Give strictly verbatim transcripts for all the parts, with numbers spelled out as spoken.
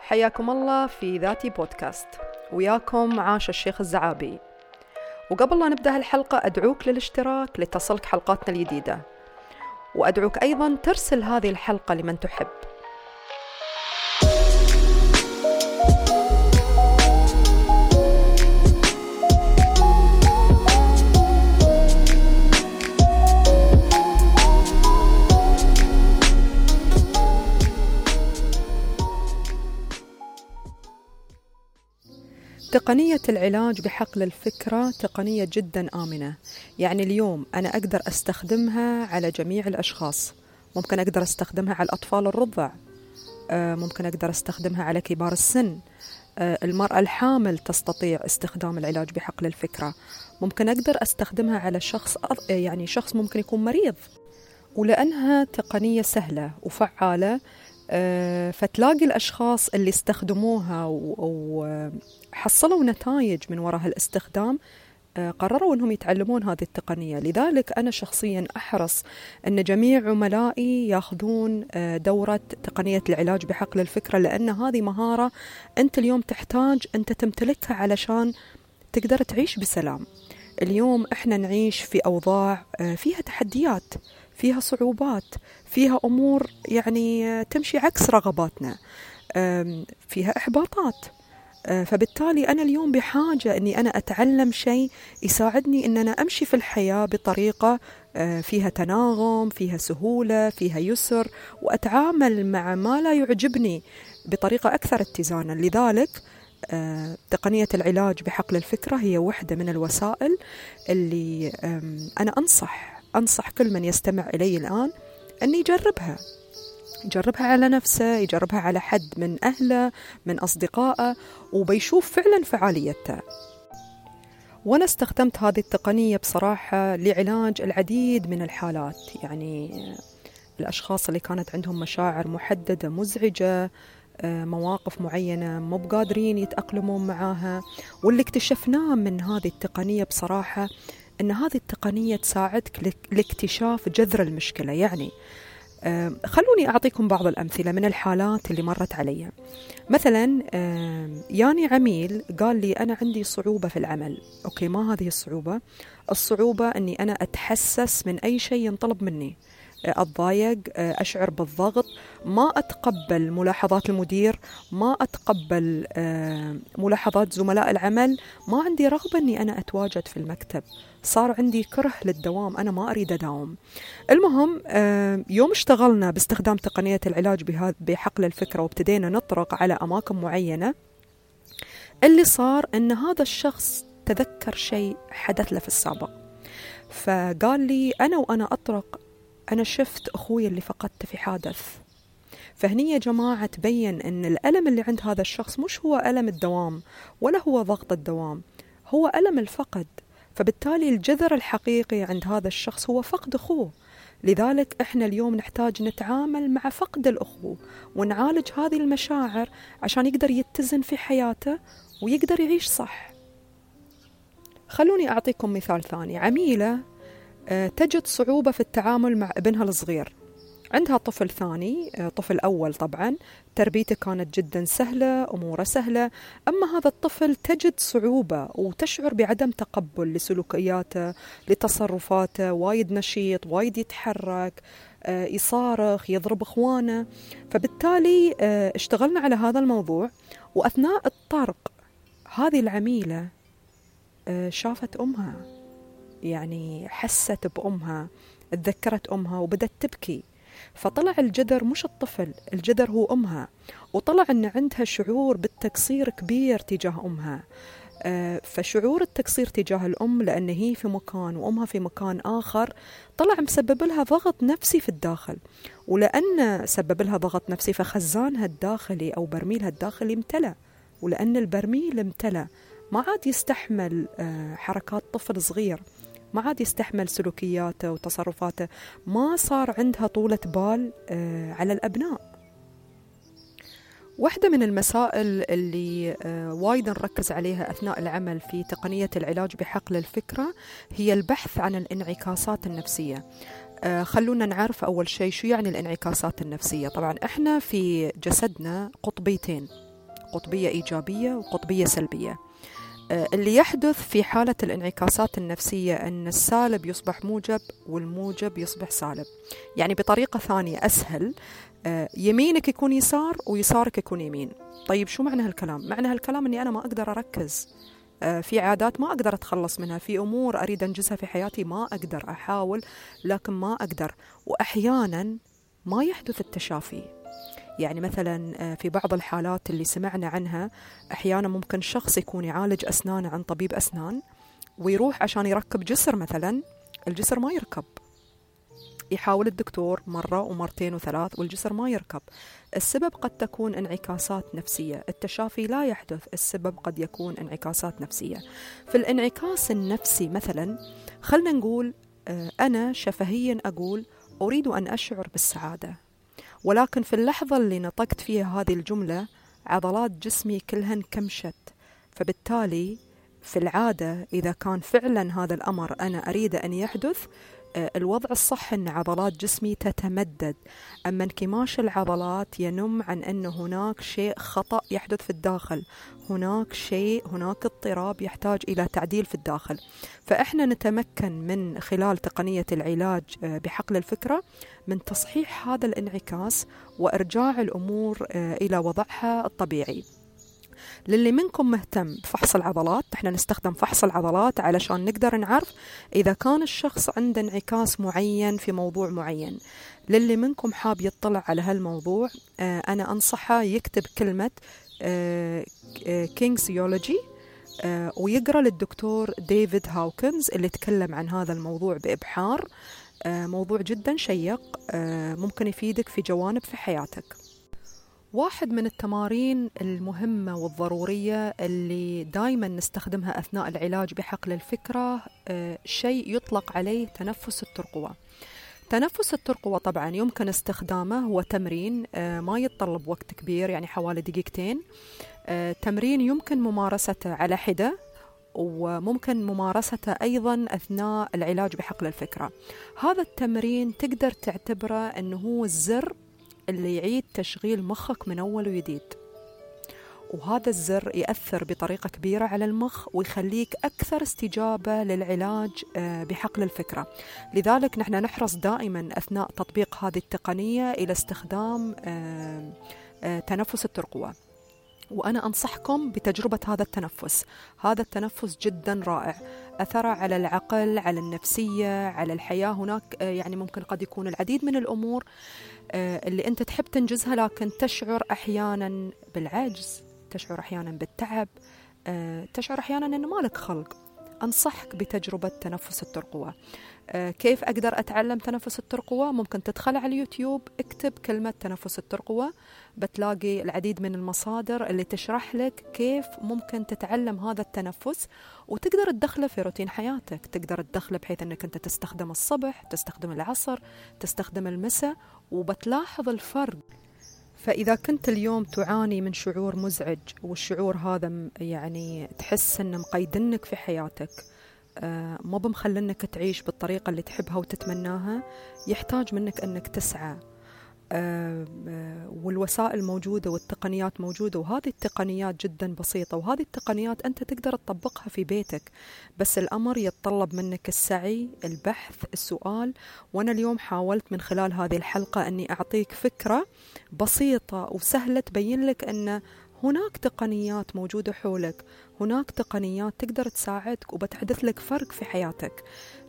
حياكم الله في ذاتي بودكاست، وياكم عاش الشيخ الزعابي. وقبل لا نبدأ الحلقة أدعوك للاشتراك لتصلك حلقاتنا الجديدة، وأدعوك أيضا ترسل هذه الحلقة لمن تحب. تقنية العلاج بحقل الفكرة تقنية جدا آمنة، يعني اليوم أنا أقدر أستخدمها على جميع الأشخاص. ممكن أقدر أستخدمها على الأطفال الرضع، ممكن أقدر أستخدمها على كبار السن، المرأة الحامل تستطيع استخدام العلاج بحقل الفكرة. ممكن أقدر أستخدمها على شخص يعني شخص ممكن يكون مريض، ولأنها تقنية سهلة وفعالة فتلاقي الأشخاص اللي استخدموها وحصلوا نتائج من وراء هالاستخدام قرروا أنهم يتعلمون هذه التقنية. لذلك أنا شخصيا أحرص أن جميع عملائي يأخذون دورة تقنية العلاج بحقل الفكرة، لأن هذه مهارة أنت اليوم تحتاج أنت تمتلكها علشان تقدر تعيش بسلام. اليوم إحنا نعيش في أوضاع فيها تحديات، فيها صعوبات، فيها أمور يعني تمشي عكس رغباتنا، فيها إحباطات. فبالتالي أنا اليوم بحاجة أني أنا أتعلم شيء يساعدني أن أنا أمشي في الحياة بطريقة فيها تناغم، فيها سهولة، فيها يسر، وأتعامل مع ما لا يعجبني بطريقة أكثر اتزانا. لذلك تقنية العلاج بحقل الفكرة هي واحدة من الوسائل اللي أنا أنصح أنصح كل من يستمع إلي الآن أن يجربها يجربها على نفسه، يجربها على حد من أهله من أصدقائه، وبيشوف فعلا فعاليتها. وأنا استخدمت هذه التقنية بصراحة لعلاج العديد من الحالات، يعني الأشخاص اللي كانت عندهم مشاعر محددة مزعجة، مواقف معينة مو بقادرين يتأقلمون معاها. واللي اكتشفناه من هذه التقنية بصراحة أن هذه التقنية تساعدك لاكتشاف جذر المشكلة. يعني خلوني أعطيكم بعض الأمثلة من الحالات اللي مرت علي. مثلا يعني عميل قال لي أنا عندي صعوبة في العمل. أوكي، ما هذه الصعوبة؟ الصعوبة أني أنا أتحسس من أي شيء ينطلب مني، أتضايق، أشعر بالضغط، ما أتقبل ملاحظات المدير، ما أتقبل ملاحظات زملاء العمل، ما عندي رغبة أني أنا أتواجد في المكتب، صار عندي كره للدوام، أنا ما أريد أداوم. المهم يوم اشتغلنا باستخدام تقنية العلاج بحقل الفكرة وابتدينا نطرق على أماكن معينة، اللي صار أن هذا الشخص تذكر شيء حدث له في السابق. فقال لي أنا وأنا أطرق أنا شفت أخوي اللي فقدته في حادث. فهني يا جماعة تبين أن الألم اللي عند هذا الشخص مش هو ألم الدوام ولا هو ضغط الدوام، هو ألم الفقد. فبالتالي الجذر الحقيقي عند هذا الشخص هو فقد أخوه. لذلك إحنا اليوم نحتاج نتعامل مع فقد الأخوة ونعالج هذه المشاعر عشان يقدر يتزن في حياته ويقدر يعيش صح. خلوني أعطيكم مثال ثاني. عميلة تجد صعوبة في التعامل مع ابنها الصغير، عندها طفل ثاني، طفل أول طبعا تربيته كانت جدا سهلة، أموره سهلة، أما هذا الطفل تجد صعوبة وتشعر بعدم تقبل لسلوكياته لتصرفاته، وايد نشيط، وايد يتحرك، يصارخ، يضرب إخوانه. فبالتالي اشتغلنا على هذا الموضوع، وأثناء الطرق هذه العميلة شافت أمها، يعني حست بأمها، تذكرت أمها وبدت تبكي. فطلع الجذر مش الطفل، الجذر هو أمها، وطلع أن عندها شعور بالتقصير كبير تجاه أمها. فشعور التقصير تجاه الأم لأن هي في مكان وأمها في مكان آخر طلع مسبب لها ضغط نفسي في الداخل، ولأن سبب لها ضغط نفسي فخزانها الداخلي أو برميلها الداخلي امتلأ، ولأن البرميل امتلأ ما عاد يستحمل حركات طفل صغير، ما عاد يستحمل سلوكياته وتصرفاته، ما صار عندها طولة بال على الأبناء. واحدة من المسائل اللي وايد نركز عليها أثناء العمل في تقنية العلاج بحقل الفكرة هي البحث عن الانعكاسات النفسية. خلونا نعرف أول شيء شو يعني الانعكاسات النفسية. طبعا إحنا في جسدنا قطبيتين، قطبية إيجابية وقطبية سلبية. اللي يحدث في حالة الانعكاسات النفسية أن السالب يصبح موجب والموجب يصبح سالب. يعني بطريقة ثانية أسهل، يمينك يكون يسار ويسارك يكون يمين. طيب شو معنى هالكلام؟ معنى هالكلام أني أنا ما أقدر أركز في عادات، ما أقدر أتخلص منها، في أمور أريد أنجزها في حياتي ما أقدر، أحاول لكن ما أقدر. وأحيانا ما يحدث التشافي. يعني مثلا في بعض الحالات اللي سمعنا عنها، أحيانا ممكن شخص يكون يعالج أسنانه عن طبيب أسنان ويروح عشان يركب جسر مثلا، الجسر ما يركب، يحاول الدكتور مرة ومرتين وثلاث والجسر ما يركب. السبب قد تكون انعكاسات نفسية، التشافي لا يحدث، السبب قد يكون انعكاسات نفسية. في الانعكاس النفسي مثلا خلنا نقول أنا شفهيا أقول أريد أن أشعر بالسعادة، ولكن في اللحظة اللي نطقت فيها هذه الجملة عضلات جسمي كلها انكمشت، فبالتالي في العادة إذا كان فعلا هذا الأمر أنا أريد أن يحدث، الوضع الصح أن عضلات جسمي تتمدد. أما انكماش العضلات ينم عن أن هناك شيء خطأ يحدث في الداخل، هناك شيء، هناك اضطراب يحتاج إلى تعديل في الداخل. فإحنا نتمكن من خلال تقنية العلاج بحقل الفكرة من تصحيح هذا الانعكاس وإرجاع الأمور إلى وضعها الطبيعي. للي منكم مهتم بفحص العضلات، احنا نستخدم فحص العضلات علشان نقدر نعرف إذا كان الشخص عنده انعكاس معين في موضوع معين. للي منكم حاب يطلع على هالموضوع، اه أنا أنصحه يكتب كلمة اه اه كينغسيولوجي اه ويقرأ للدكتور ديفيد هاوكنز اللي تكلم عن هذا الموضوع بإبحار. اه موضوع جدا شيق، اه ممكن يفيدك في جوانب في حياتك. واحد من التمارين المهمة والضرورية اللي دايما نستخدمها أثناء العلاج بحقل الفكرة شيء يطلق عليه تنفس الترقوة. تنفس الترقوة طبعا يمكن استخدامه، هو تمرين ما يتطلب وقت كبير، يعني حوالي دقيقتين. تمرين يمكن ممارسته على حدة، وممكن ممارسته أيضا أثناء العلاج بحقل الفكرة. هذا التمرين تقدر تعتبره أنه هو الزر اللي يعيد تشغيل مخك من أول وجديد، وهذا الزر يأثر بطريقة كبيرة على المخ ويخليك أكثر استجابة للعلاج بحقل الفكرة. لذلك نحن نحرص دائما أثناء تطبيق هذه التقنية إلى استخدام تنفس الترقوة، وأنا أنصحكم بتجربة هذا التنفس. هذا التنفس جدا رائع، أثره على العقل، على النفسية، على الحياة. هناك يعني ممكن قد يكون العديد من الأمور اللي أنت تحب تنجزها لكن تشعر أحيانا بالعجز، تشعر أحيانا بالتعب، تشعر أحيانا أنه مالك خلق. أنصحك بتجربة تنفس الترقوة. كيف أقدر أتعلم تنفس الترقوة؟ ممكن تدخل على اليوتيوب، اكتب كلمة تنفس الترقوة، بتلاقي العديد من المصادر اللي تشرح لك كيف ممكن تتعلم هذا التنفس وتقدر تدخله في روتين حياتك. تقدر تدخله بحيث أنك أنت تستخدم الصبح، تستخدم العصر، تستخدم المساء، وبتلاحظ الفرق. فإذا كنت اليوم تعاني من شعور مزعج، والشعور هذا يعني تحس أنه مقيدنك في حياتك، آه ما بمخلنك تعيش بالطريقة اللي تحبها وتتمناها، يحتاج منك أنك تسعى. آه آه والوسائل موجودة والتقنيات موجودة، وهذه التقنيات جدا بسيطة، وهذه التقنيات أنت تقدر تطبقها في بيتك، بس الأمر يتطلب منك السعي، البحث، السؤال. وأنا اليوم حاولت من خلال هذه الحلقة أني أعطيك فكرة بسيطة وسهلة تبين لك أن هناك تقنيات موجودة حولك، هناك تقنيات تقدر تساعدك وبتحدث لك فرق في حياتك.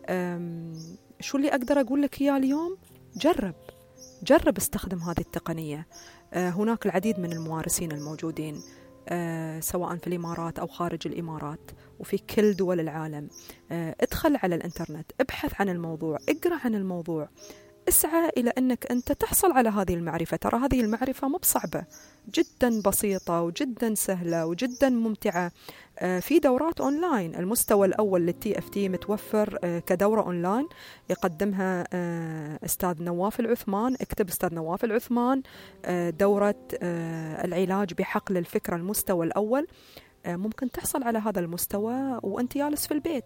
شو اللي أقدر أقول لك إياه اليوم؟ جرب جرب استخدم هذه التقنية. هناك العديد من الممارسين الموجودين سواء في الإمارات أو خارج الإمارات وفي كل دول العالم. ادخل على الإنترنت، ابحث عن الموضوع، اقرأ عن الموضوع، اسعى إلى أنك أنت تحصل على هذه المعرفة. ترى هذه المعرفة مو بصعبة، جدا بسيطة وجدا سهلة وجدا ممتعة. في دورات أونلاين، المستوى الأول للتي اف تي متوفر كدورة أونلاين يقدمها أستاذ نواف العثمان. اكتب أستاذ نواف العثمان دورة العلاج بحقل الفكرة المستوى الأول، ممكن تحصل على هذا المستوى وأنت جالس في البيت.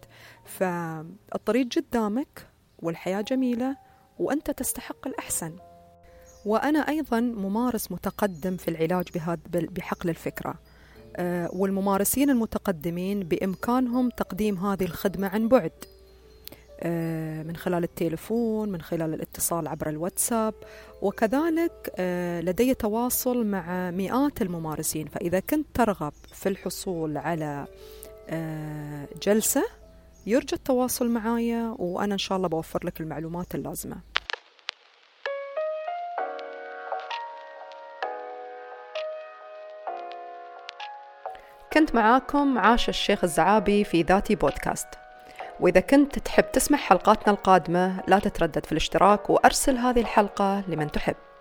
فالطريق قدامك والحياة جميلة وأنت تستحق الأحسن. وأنا أيضا ممارس متقدم في العلاج بهذا بحقل الفكرة، والممارسين المتقدمين بإمكانهم تقديم هذه الخدمة عن بعد من خلال التليفون، من خلال الاتصال عبر الواتساب، وكذلك لدي تواصل مع مئات الممارسين. فإذا كنت ترغب في الحصول على جلسة يرجى التواصل معايا، وأنا إن شاء الله بوفر لك المعلومات اللازمة. كنت معاكم عاشة الشيخ الزعابي في ذاتي بودكاست، وإذا كنت تحب تسمع حلقاتنا القادمة لا تتردد في الاشتراك وأرسل هذه الحلقة لمن تحب.